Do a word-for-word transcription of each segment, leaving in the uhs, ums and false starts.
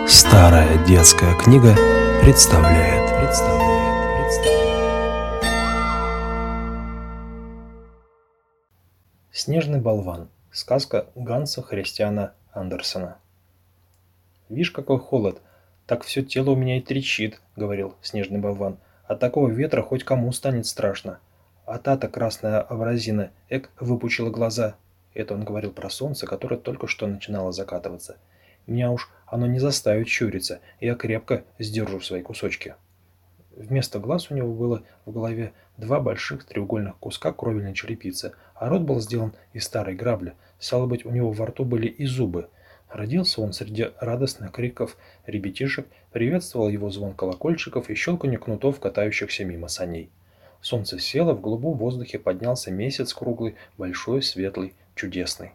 Старая детская книга представляет. представляет, представляет. Снежный болван. Сказка Ганса Христиана Андерсена. «Вишь, какой холод! Так все тело у меня и трещит», — говорил снежный болван. «От такого ветра хоть кому станет страшно. А та-то красная абразина, эк, выпучила глаза». Это он говорил про солнце, которое только что начинало закатываться. «Меня уж оно не заставит щуриться, я крепко сдержу свои кусочки». Вместо глаз у него было в голове два больших треугольных куска кровельной черепицы, а рот был сделан из старой грабли. Стало быть, у него во рту были и зубы. Родился он среди радостных криков ребятишек, приветствовал его звон колокольчиков и щелканье кнутов, катающихся мимо саней. Солнце село, в голубом воздухе поднялся месяц круглый, большой, светлый, чудесный.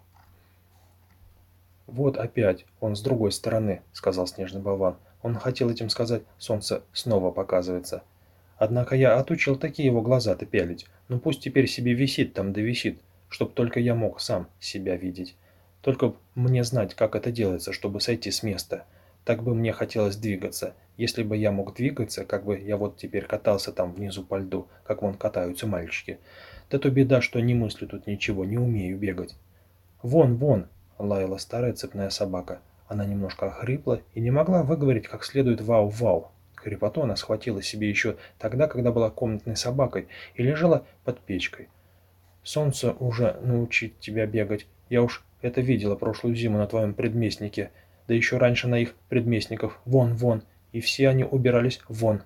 «Вот опять он с другой стороны», — сказал снежный болван. Он хотел этим сказать: солнце снова показывается. Однако я отучил такие его глаза-то пялить. Ну пусть теперь себе висит там да висит, чтоб только я мог сам себя видеть. Только б мне знать, как это делается, чтобы сойти с места. Так бы мне хотелось двигаться. Если бы я мог двигаться, как бы я вот теперь катался там внизу по льду, как вон катаются мальчики. Да то беда, что не мыслю тут ничего, не умею бегать. «Вон, вон!» — лаяла старая цепная собака. Она немножко охрипла и не могла выговорить как следует «вау-вау». Хрипоту она схватила себе еще тогда, когда была комнатной собакой и лежала под печкой. «Солнце уже научит тебя бегать. Я уж это видела прошлую зиму на твоем предместнике, да еще раньше на их предместников. Вон, вон!» И все они убирались вон.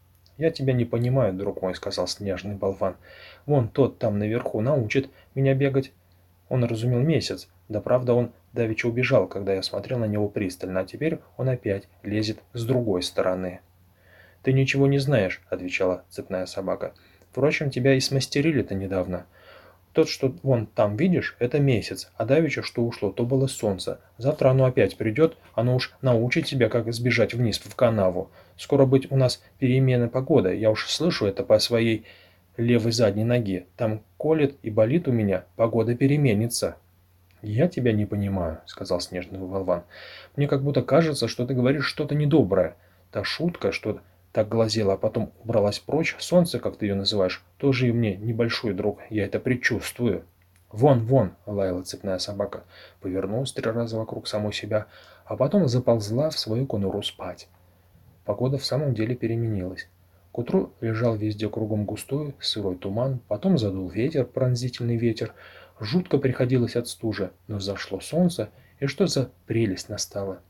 «Я тебя не понимаю, друг мой», — сказал снежный болван. «Вон тот там наверху научит меня бегать». Он разумел месяц. Да правда, он давеча убежал, когда я смотрел на него пристально, а теперь он опять лезет с другой стороны. «Ты ничего не знаешь», — отвечала цепная собака. «Впрочем, тебя и смастерили-то недавно. Тот, что вон там видишь, это месяц, а давеча, что ушло, то было солнце. Завтра оно опять придет, оно уж научит тебя, как сбежать вниз в канаву. Скоро быть у нас перемены погоды, я уж слышу это по своей левой задней ноге. Там колет и болит у меня, погода переменится». «Я тебя не понимаю», — сказал снежный болван. «Мне как будто кажется, что ты говоришь что-то недоброе. Та шутка, что так глазела, а потом убралась прочь, солнце, как ты ее называешь, тоже и мне небольшой друг, я это предчувствую». «Вон, вон!» — лаяла цепная собака, повернулась три раза вокруг самой себя, а потом заползла в свою конуру спать. Погода в самом деле переменилась. К утру лежал везде кругом густой сырой туман, потом задул ветер, пронзительный ветер. Жутко приходилось от стужи, но взошло солнце, и что за прелесть настала.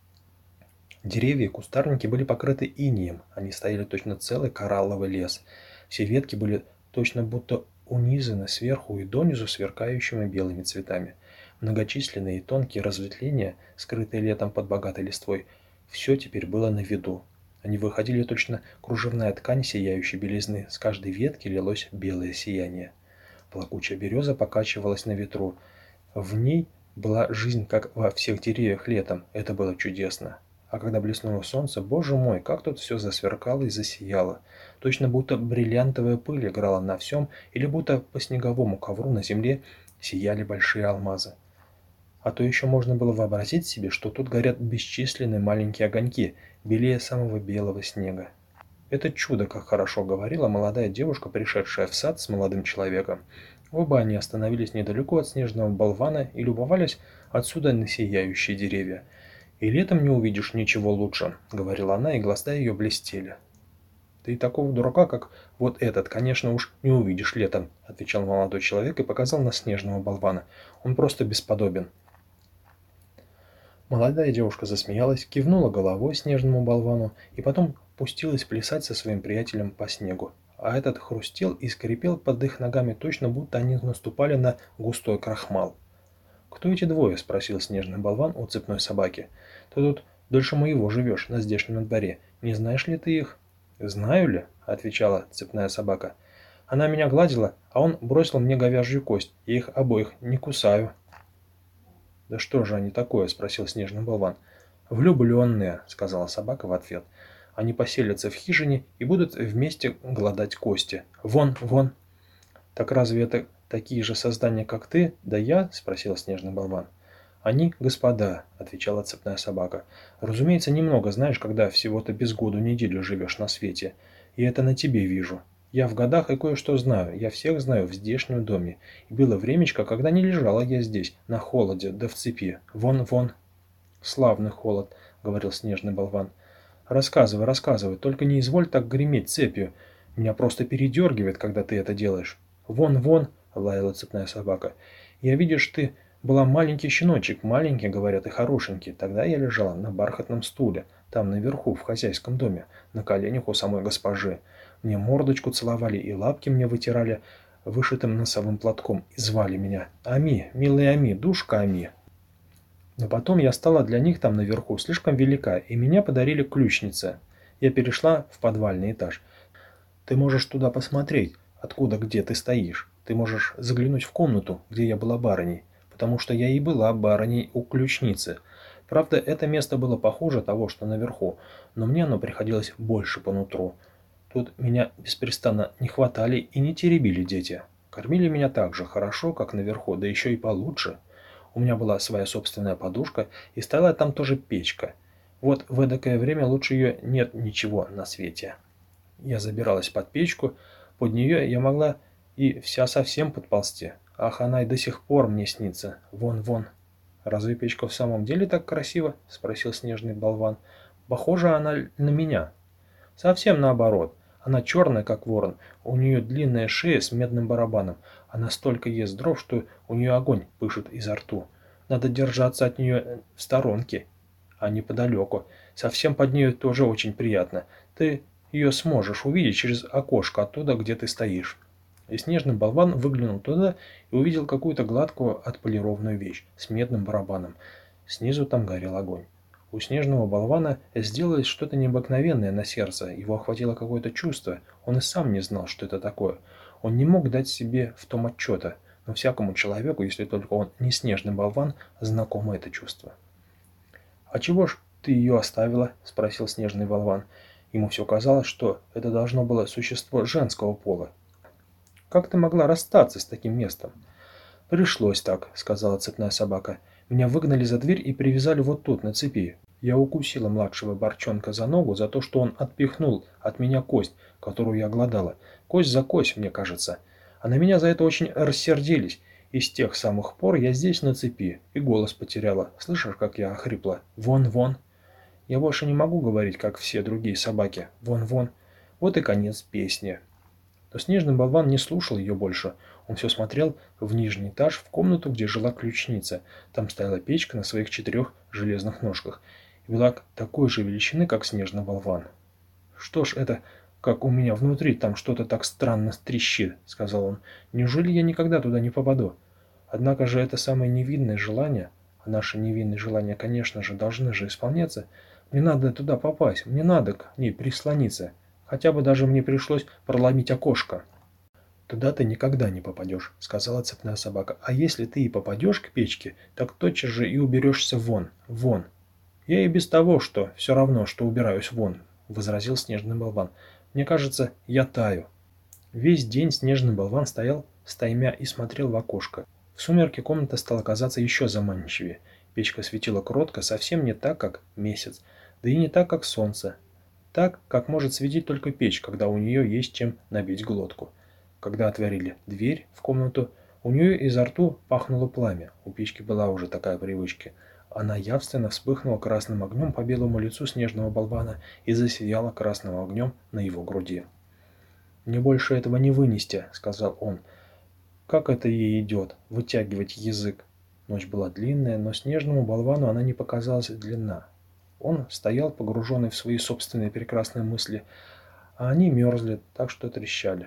Деревья и кустарники были покрыты инеем, они стояли точно целый коралловый лес. Все ветки были точно будто унизаны сверху и донизу сверкающими белыми цветами. Многочисленные и тонкие разветвления, скрытые летом под богатой листвой, все теперь было на виду. Они выходили точно кружевная ткань сияющей белизны, с каждой ветки лилось белое сияние. Плакучая береза покачивалась на ветру. В ней была жизнь, как во всех деревьях летом. Это было чудесно. А когда блеснуло солнце, боже мой, как тут все засверкало и засияло. Точно будто бриллиантовая пыль играла на всем, или будто по снеговому ковру на земле сияли большие алмазы. А то еще можно было вообразить себе, что тут горят бесчисленные маленькие огоньки, белее самого белого снега. «Это чудо, как хорошо», — говорила молодая девушка, пришедшая в сад с молодым человеком. Оба они остановились недалеко от снежного болвана и любовались отсюда на сияющие деревья. «И летом не увидишь ничего лучше», — говорила она, и глаза ее блестели. «Ты и такого дурака, как вот этот, конечно, уж не увидишь летом», — отвечал молодой человек и показал на снежного болвана. «Он просто бесподобен». Молодая девушка засмеялась, кивнула головой снежному болвану и потом пустилась плясать со своим приятелем по снегу. А этот хрустел и скрипел под их ногами точно, будто они наступали на густой крахмал. «Кто эти двое?» — спросил снежный болван у цепной собаки. «Ты тут дольше моего живешь, на здешнем дворе. Не знаешь ли ты их?» «Знаю ли?» — отвечала цепная собака. «Она меня гладила, а он бросил мне говяжью кость. Я их обоих не кусаю». «Да что же они такое?» — спросил снежный болван. «Влюбленные», — сказала собака в ответ. «Они поселятся в хижине и будут вместе глодать кости. Вон, вон!» «Так разве это такие же создания, как ты, да я?» — спросил снежный болван. «Они господа», — отвечала цепная собака. «Разумеется, немного знаешь, когда всего-то без году неделю живешь на свете. И это на тебе вижу. Я в годах и кое-что знаю. Я всех знаю в здешнем доме. И было времечко, когда не лежала я здесь, на холоде, да в цепи. Вон, вон». «Славный холод», — говорил снежный болван. «Рассказывай, рассказывай, только не изволь так греметь цепью. Меня просто передергивает, когда ты это делаешь». «Вон, вон», — лаяла цепная собака. «Я, видишь, ты была маленький щеночек, маленький, говорят, и хорошенький. Тогда я лежала на бархатном стуле, там наверху, в хозяйском доме, на коленях у самой госпожи. Мне мордочку целовали и лапки мне вытирали вышитым носовым платком и звали меня Ами, милая Ами, душка Ами». Но потом я стала для них там наверху слишком велика, и меня подарили ключнице. Я перешла в подвальный этаж. Ты можешь туда посмотреть, откуда где ты стоишь. Ты можешь заглянуть в комнату, где я была барыней, потому что я и была барыней у ключницы. Правда, это место было похуже того, что наверху, но мне оно приходилось больше по нутру. Тут меня беспрестанно не хватали и не теребили дети. Кормили меня так же хорошо, как наверху, да еще и получше. У меня была своя собственная подушка, и стояла там тоже печка. Вот в эдакое время лучше ее нет ничего на свете. Я забиралась под печку, под нее я могла и вся совсем подползти. Ах, она и до сих пор мне снится. Вон, вон. «Разве печка в самом деле так красиво?» – спросил снежный болван. «Похожа она на меня». «Совсем наоборот. Она черная, как ворон. У нее длинная шея с медным барабаном. Она столько ест дров, что у нее огонь пышет изо рту. Надо держаться от нее в сторонке, а неподалеку. Совсем под нее тоже очень приятно. Ты ее сможешь увидеть через окошко оттуда, где ты стоишь». И снежный болван выглянул туда и увидел какую-то гладкую отполированную вещь с медным барабаном. Снизу там горел огонь. У снежного болвана сделалось что-то необыкновенное на сердце, его охватило какое-то чувство, он и сам не знал, что это такое. Он не мог дать себе в том отчета, но всякому человеку, если только он не снежный болван, знакомо это чувство. «А чего ж ты ее оставила?» – спросил снежный болван. Ему все казалось, что это должно было существо женского пола. «Как ты могла расстаться с таким местом?» «Пришлось так», — сказала цепная собака. «Меня выгнали за дверь и привязали вот тут, на цепи. Я укусила младшего борчонка за ногу за то, что он отпихнул от меня кость, которую я глодала. Кость за кость, мне кажется. А на меня за это очень рассердились. И с тех самых пор я здесь на цепи, и голос потеряла. Слышишь, как я охрипла? Вон, вон. Я больше не могу говорить, как все другие собаки. Вон, вон. Вот и конец песни». Но снежный болван не слушал ее больше. Он все смотрел в нижний этаж, в комнату, где жила ключница. Там стояла печка на своих четырех железных ножках и была такой же величины, как снежный болван. «Что ж это, как у меня внутри там что-то так странно трещит», — сказал он. «Неужели я никогда туда не попаду? Однако же это самое невинное желание, а наши невинные желания, конечно же, должны же исполняться. Мне надо туда попасть, мне надо к ней прислониться. Хотя бы даже мне пришлось проломить окошко». «Туда ты никогда не попадешь», — сказала цепная собака. «А если ты и попадешь к печке, так тотчас же и уберешься вон, вон». «Я и без того, что все равно, что убираюсь вон», — возразил снежный болван. «Мне кажется, я таю». Весь день снежный болван стоял стаймя и смотрел в окошко. В сумерки комната стала казаться еще заманчивее. Печка светила кротко, совсем не так, как месяц, да и не так, как солнце. Так, как может светить только печь, когда у нее есть чем набить глотку. Когда отворили дверь в комнату, у нее изо рту пахнуло пламя. У печки была уже такая привычка. Она явственно вспыхнула красным огнем по белому лицу снежного болвана и засияла красным огнем на его груди. «Мне больше этого не вынести», — сказал он. «Как это ей идет, вытягивать язык?» Ночь была длинная, но снежному болвану она не показалась длинна. Он стоял, погруженный в свои собственные прекрасные мысли, а они мерзли, так что трещали.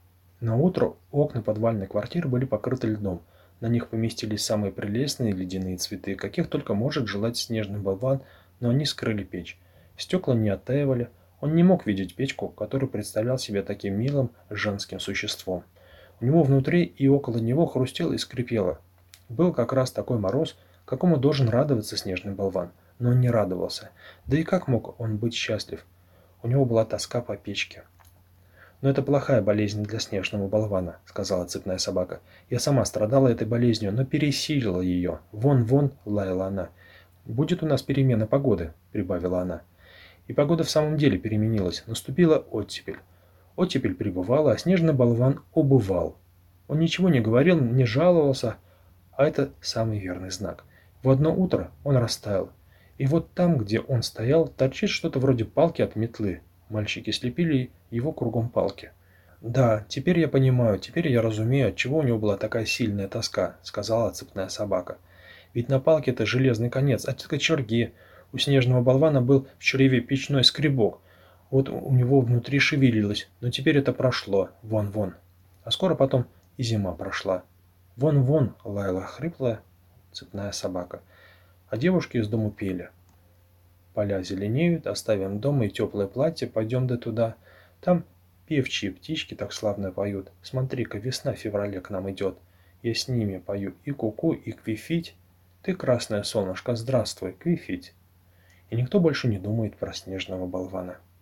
Наутро окна подвальной квартиры были покрыты льдом. На них поместились самые прелестные ледяные цветы, каких только может желать снежный болван, но они скрыли печь. Стекла не оттаивали. Он не мог видеть печку, которую представлял себе таким милым женским существом. У него внутри и около него хрустело и скрипело. Был как раз такой мороз, какому должен радоваться снежный болван. Но он не радовался. Да и как мог он быть счастлив? У него была тоска по печке. «Но это плохая болезнь для снежного болвана», — сказала цепная собака. «Я сама страдала этой болезнью, но пересилила ее. Вон, вон!» — лаяла она. «Будет у нас перемена погоды», — прибавила она. И погода в самом деле переменилась. Наступила оттепель. Оттепель прибывала, а снежный болван убывал. Он ничего не говорил, не жаловался, а это самый верный знак. В одно утро он растаял. И вот там, где он стоял, торчит что-то вроде палки от метлы. Мальчики слепили его кругом палки. «Да, теперь я понимаю, теперь я разумею, отчего у него была такая сильная тоска», — сказала цепная собака. «Ведь на палке это железный конец, от кочерги. У снежного болвана был в чреве печной скребок. Вот у него внутри шевелилось, но теперь это прошло. Вон-вон. А скоро потом и зима прошла. Вон-вон!» — лаяла хриплая цепная собака. А девушки из дому пели. «Поля зеленеют, оставим дом и теплое платье, пойдем да туда. Там певчие птички так славно поют. Смотри-ка, весна в феврале к нам идет. Я с ними пою и куку, и квифить. Ты, красное солнышко, здравствуй, квифить». И никто больше не думает про снежного болвана.